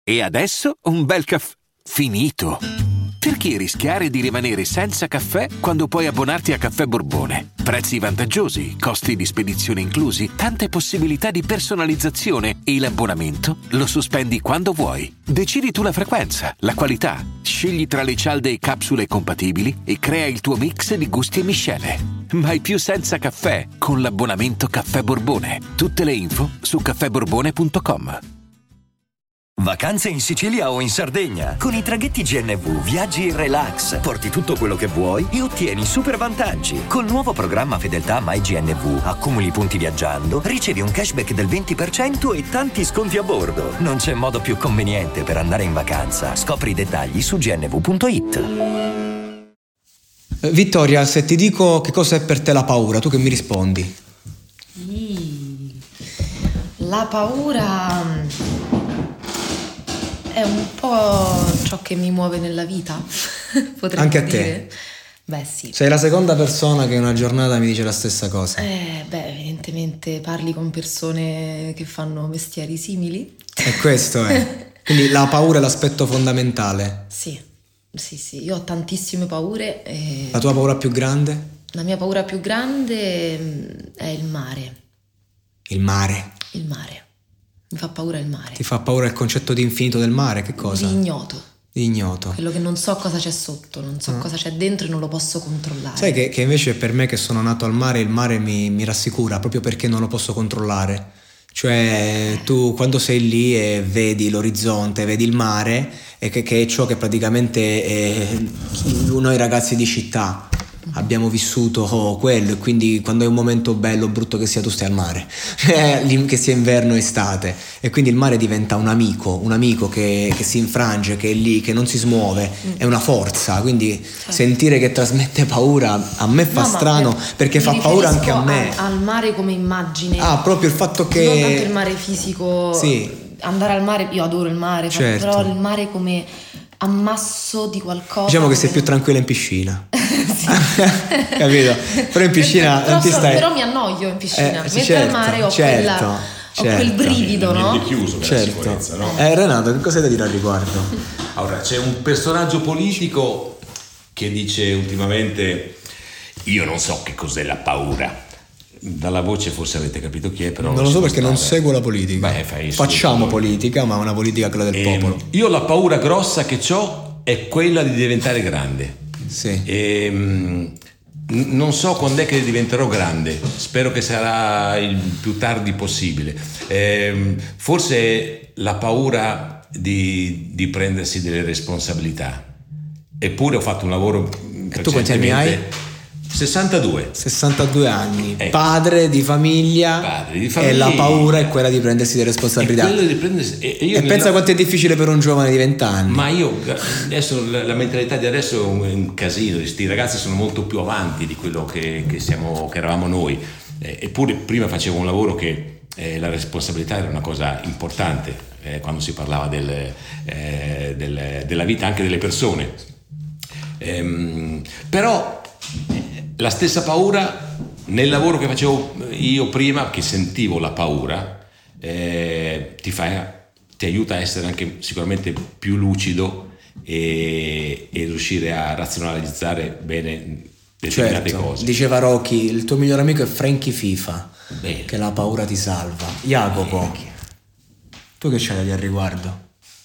E adesso un bel caffè finito. Perché rischiare di rimanere senza caffè quando puoi abbonarti a Caffè Borbone? Prezzi vantaggiosi, costi di spedizione inclusi, tante possibilità di personalizzazione e l'abbonamento lo sospendi quando vuoi. Decidi tu la frequenza, la qualità, scegli tra le cialde e capsule compatibili e crea il tuo mix di gusti e miscele. Mai più senza caffè con l'abbonamento Caffè Borbone. Tutte le info su caffèborbone.com. Vacanze in Sicilia o in Sardegna. Con i traghetti GNV viaggi in relax, porti tutto quello che vuoi e ottieni super vantaggi. Col nuovo programma Fedeltà MyGNV accumuli punti viaggiando, ricevi un cashback del 20% e tanti sconti a bordo. Non c'è modo più conveniente per andare in vacanza. Scopri i dettagli su gnv.it. Vittoria, se ti dico che cosa è per te la paura, tu che mi rispondi? La paura è un po' ciò che mi muove nella vita. Potremmo Anche a dire. te? Beh, sì. Sei la seconda persona che in una giornata mi dice la stessa cosa. Evidentemente parli con persone che fanno mestieri simili. E questo è. Quindi la paura è l'aspetto fondamentale. Sì, io ho tantissime paure. La tua paura più grande? La mia paura più grande è il mare. Il mare? Il mare. Mi fa paura il mare. Ti fa paura il concetto di infinito del mare? Che cosa? Di ignoto. Di ignoto. Quello che non so cosa c'è sotto, non so cosa c'è dentro e non lo posso controllare. Sai che invece per me che sono nato al mare, il mare mi rassicura proprio perché non lo posso controllare. Cioè tu quando sei lì e vedi l'orizzonte, vedi il mare, e che è ciò che praticamente noi ragazzi di città abbiamo vissuto quello, e quindi quando è un momento bello o brutto che sia tu stai al mare, che sia inverno o estate, e quindi il mare diventa un amico che si infrange, che è lì, che non si smuove, è una forza, quindi sentire che trasmette paura a me fa strano, perché fa paura anche a me. Al mare come immagine. Proprio il fatto che non tanto il mare fisico. Sì. Andare al mare, io adoro il mare, certo. Però il mare come ammasso di qualcosa. Diciamo che sei più tranquilla in piscina. Capito? Però in piscina però, non ti stai. Però mi annoio in piscina. Mentre certo, al mare ho quel brivido, no? Chiuso per la sicurezza, no? Renato, che cosa hai da dire al riguardo? Allora, c'è un personaggio politico che dice ultimamente: io non so che cos'è la paura. Dalla voce forse avete capito chi è, però non lo so perché non seguo la politica. Facciamo politica, ma una politica quella del popolo. Io la paura grossa che ho è quella di diventare grande. Sì. Non so quando è che diventerò grande, spero che sarà il più tardi possibile. Forse la paura di prendersi delle responsabilità. Eppure ho fatto un lavoro. E tu quanti anni hai? 62 anni, padre di famiglia, e la paura è quella di prendersi delle responsabilità. E pensa quanto è difficile per un giovane di 20 anni. Ma io adesso la mentalità di adesso è un casino, questi ragazzi sono molto più avanti di quello che eravamo noi, eppure prima facevo un lavoro che la responsabilità era una cosa importante, quando si parlava della vita anche delle persone, però la stessa paura nel lavoro che facevo io prima, che sentivo la paura, ti aiuta a essere anche sicuramente più lucido e riuscire a razionalizzare bene determinate cose. Diceva Rocky, il tuo migliore amico è Frankie FIFA. Bene. Che la paura ti salva. Jacopo, tu che c'hai da dire al riguardo?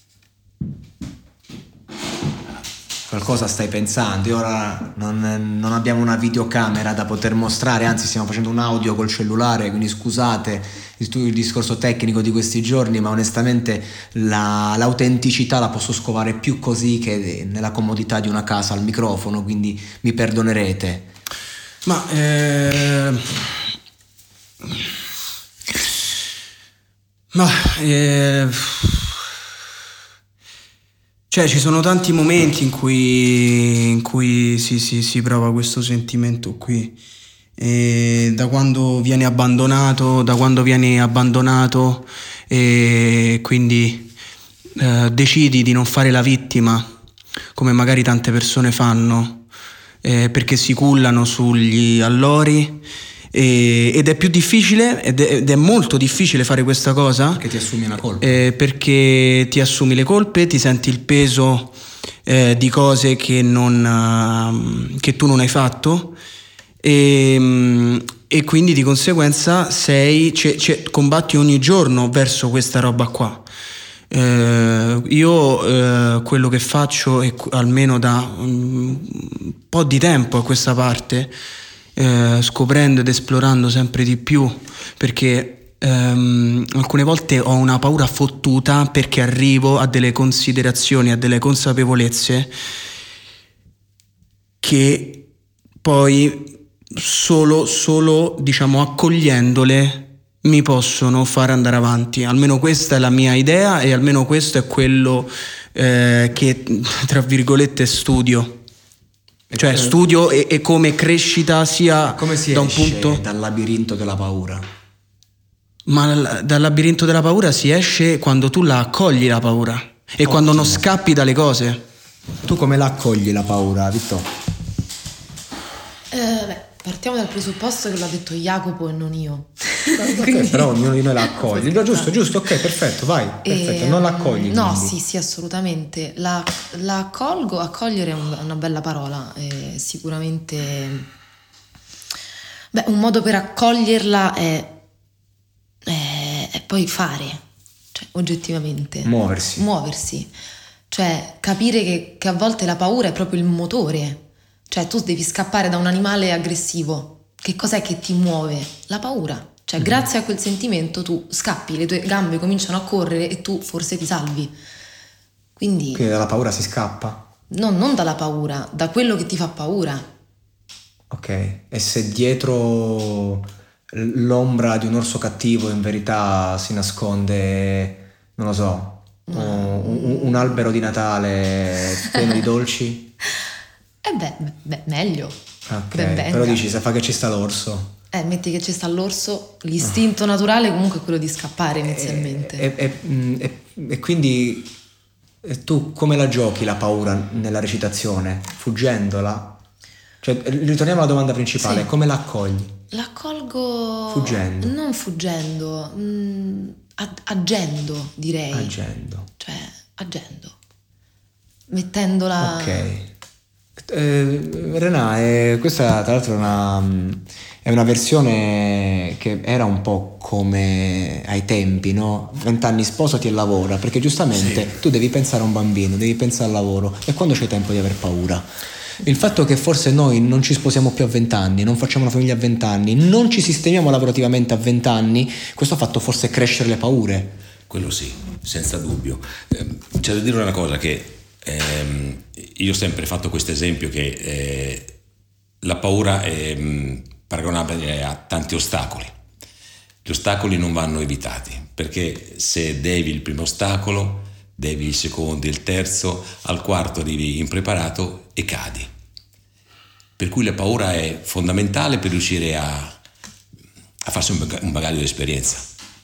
Qualcosa stai pensando? Ora non abbiamo una videocamera da poter mostrare, anzi stiamo facendo un audio col cellulare, quindi scusate il discorso tecnico di questi giorni, ma onestamente l'autenticità la posso scovare più così che nella comodità di una casa al microfono, quindi mi perdonerete. Cioè ci sono tanti momenti in cui si prova questo sentimento qui, e da quando vieni abbandonato e quindi decidi di non fare la vittima come magari tante persone fanno, perché si cullano sugli allori ed è più difficile ed è molto difficile fare questa cosa Perché ti assumi una colpa. perché ti assumi le colpe, ti senti il peso di cose che tu non hai fatto e quindi di conseguenza combatti ogni giorno verso questa roba qua. Io quello che faccio almeno da un po' di tempo a questa parte, scoprendo ed esplorando sempre di più, perché alcune volte ho una paura fottuta perché arrivo a delle considerazioni, a delle consapevolezze che poi solo diciamo accogliendole mi possono fare andare avanti. Almeno questa è la mia idea e almeno questo è quello che tra virgolette studio. Cioè studio e come crescita sia Come si da un esce punto dal labirinto della paura? Ma dal labirinto della paura si esce quando tu la accogli la paura e quando non scappi dalle cose. Tu come la accogli la paura, Vittorio? Partiamo dal presupposto che l'ha detto Jacopo e non io. Okay, però ognuno di noi la accoglie. Giusto, ok, perfetto, vai. Perfetto, non la accogli. No, quindi. sì, assolutamente. La accolgo, accogliere è una bella parola. Sicuramente. Un modo per accoglierla è poi fare, cioè oggettivamente. Muoversi. Cioè capire che a volte la paura è proprio il motore. Cioè tu devi scappare da un animale aggressivo. Che cos'è che ti muove? La paura. Cioè grazie a quel sentimento tu scappi, le tue gambe cominciano a correre e tu forse ti salvi. Quindi dalla paura si scappa? No, non dalla paura, da quello che ti fa paura. Ok, e se dietro l'ombra di un orso cattivo in verità si nasconde, non lo so, un albero di Natale pieno di dolci? Meglio. Ok, Ben venga. però dici se fa che ci sta l'orso. Metti che ci sta l'orso, l'istinto naturale comunque è quello di scappare inizialmente. E quindi tu come la giochi la paura nella recitazione? Fuggendola? Cioè, ritorniamo alla domanda principale, Sì. come la accogli? La accolgo Fuggendo. Non fuggendo, agendo, direi. Cioè, agendo. Mettendola. Ok. Renà, questa tra l'altro è una versione che era un po' come ai tempi, no? 20 anni sposati e lavora, perché giustamente tu devi pensare a un bambino, devi pensare al lavoro, e quando c'hai tempo di aver paura? Il fatto che forse noi non ci sposiamo più a 20 anni, non facciamo una famiglia a 20 anni, non ci sistemiamo lavorativamente a 20 anni, questo ha fatto forse crescere le paure. Quello sì, senza dubbio. C'è da dire una cosa, che io ho sempre fatto questo esempio, che la paura è paragonabile a tanti ostacoli. Gli ostacoli non vanno evitati, perché se devi il primo ostacolo, devi il secondo, il terzo, al quarto arrivi impreparato e cadi. Per cui la paura è fondamentale per riuscire a farsi un bagaglio di esperienza.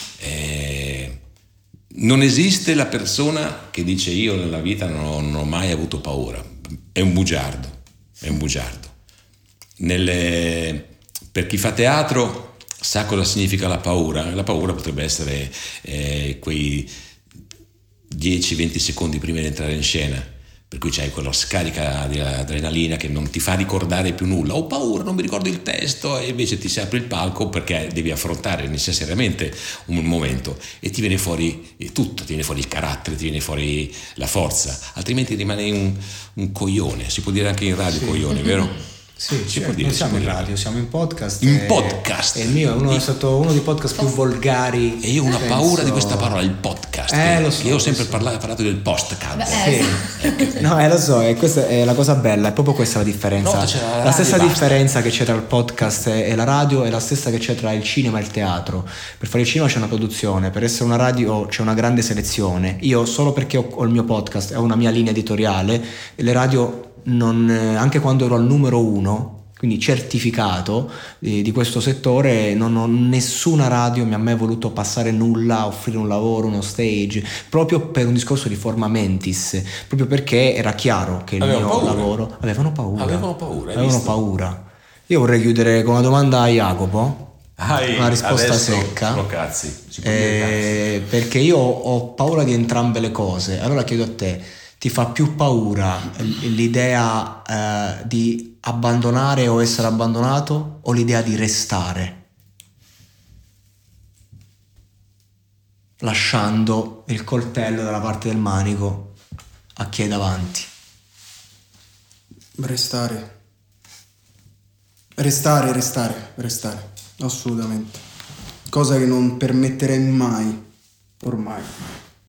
Non esiste la persona che dice io nella vita non ho mai avuto paura. È un bugiardo. Per chi fa teatro sa cosa significa la paura. La paura potrebbe essere quei 10-20 secondi prima di entrare in scena, per cui c'hai quella scarica di adrenalina che non ti fa ricordare più nulla. Ho paura, non mi ricordo il testo, e invece ti si apre il palco perché devi affrontare necessariamente un momento e ti viene fuori tutto, ti viene fuori il carattere, ti viene fuori la forza, altrimenti rimani un coglione. Si può dire anche in radio coglione, vero? Sì, non siamo in radio, siamo in podcast. Podcast. E il mio è uno dei podcast più volgari. E io ho una paura di questa parola, il podcast. Lo so, io ho sempre parlato del postcard. No, lo so, e questa è la cosa bella, è proprio questa la differenza. No, la stessa basta. differenza che c'è tra il podcast e la radio è la stessa che c'è tra il cinema e il teatro. Per fare il cinema c'è una produzione, per essere una radio c'è una grande selezione. Io solo perché ho il mio podcast e ho una mia linea editoriale, le radio anche quando ero al numero 1, quindi certificato di questo settore, nessuna radio mi ha mai voluto passare nulla, offrire un lavoro, uno stage, proprio per un discorso di forma mentis, proprio perché era chiaro che il mio lavoro avevano paura. Io vorrei chiudere con una domanda a Jacopo, una risposta secca. Sono cazzi. Perché io ho paura di entrambe le cose. Allora chiedo a te, ti fa più paura l'idea di abbandonare o essere abbandonato, o l'idea di restare, lasciando il coltello dalla parte del manico a chi è davanti? Restare, assolutamente. Cosa che non permetterei mai, ormai.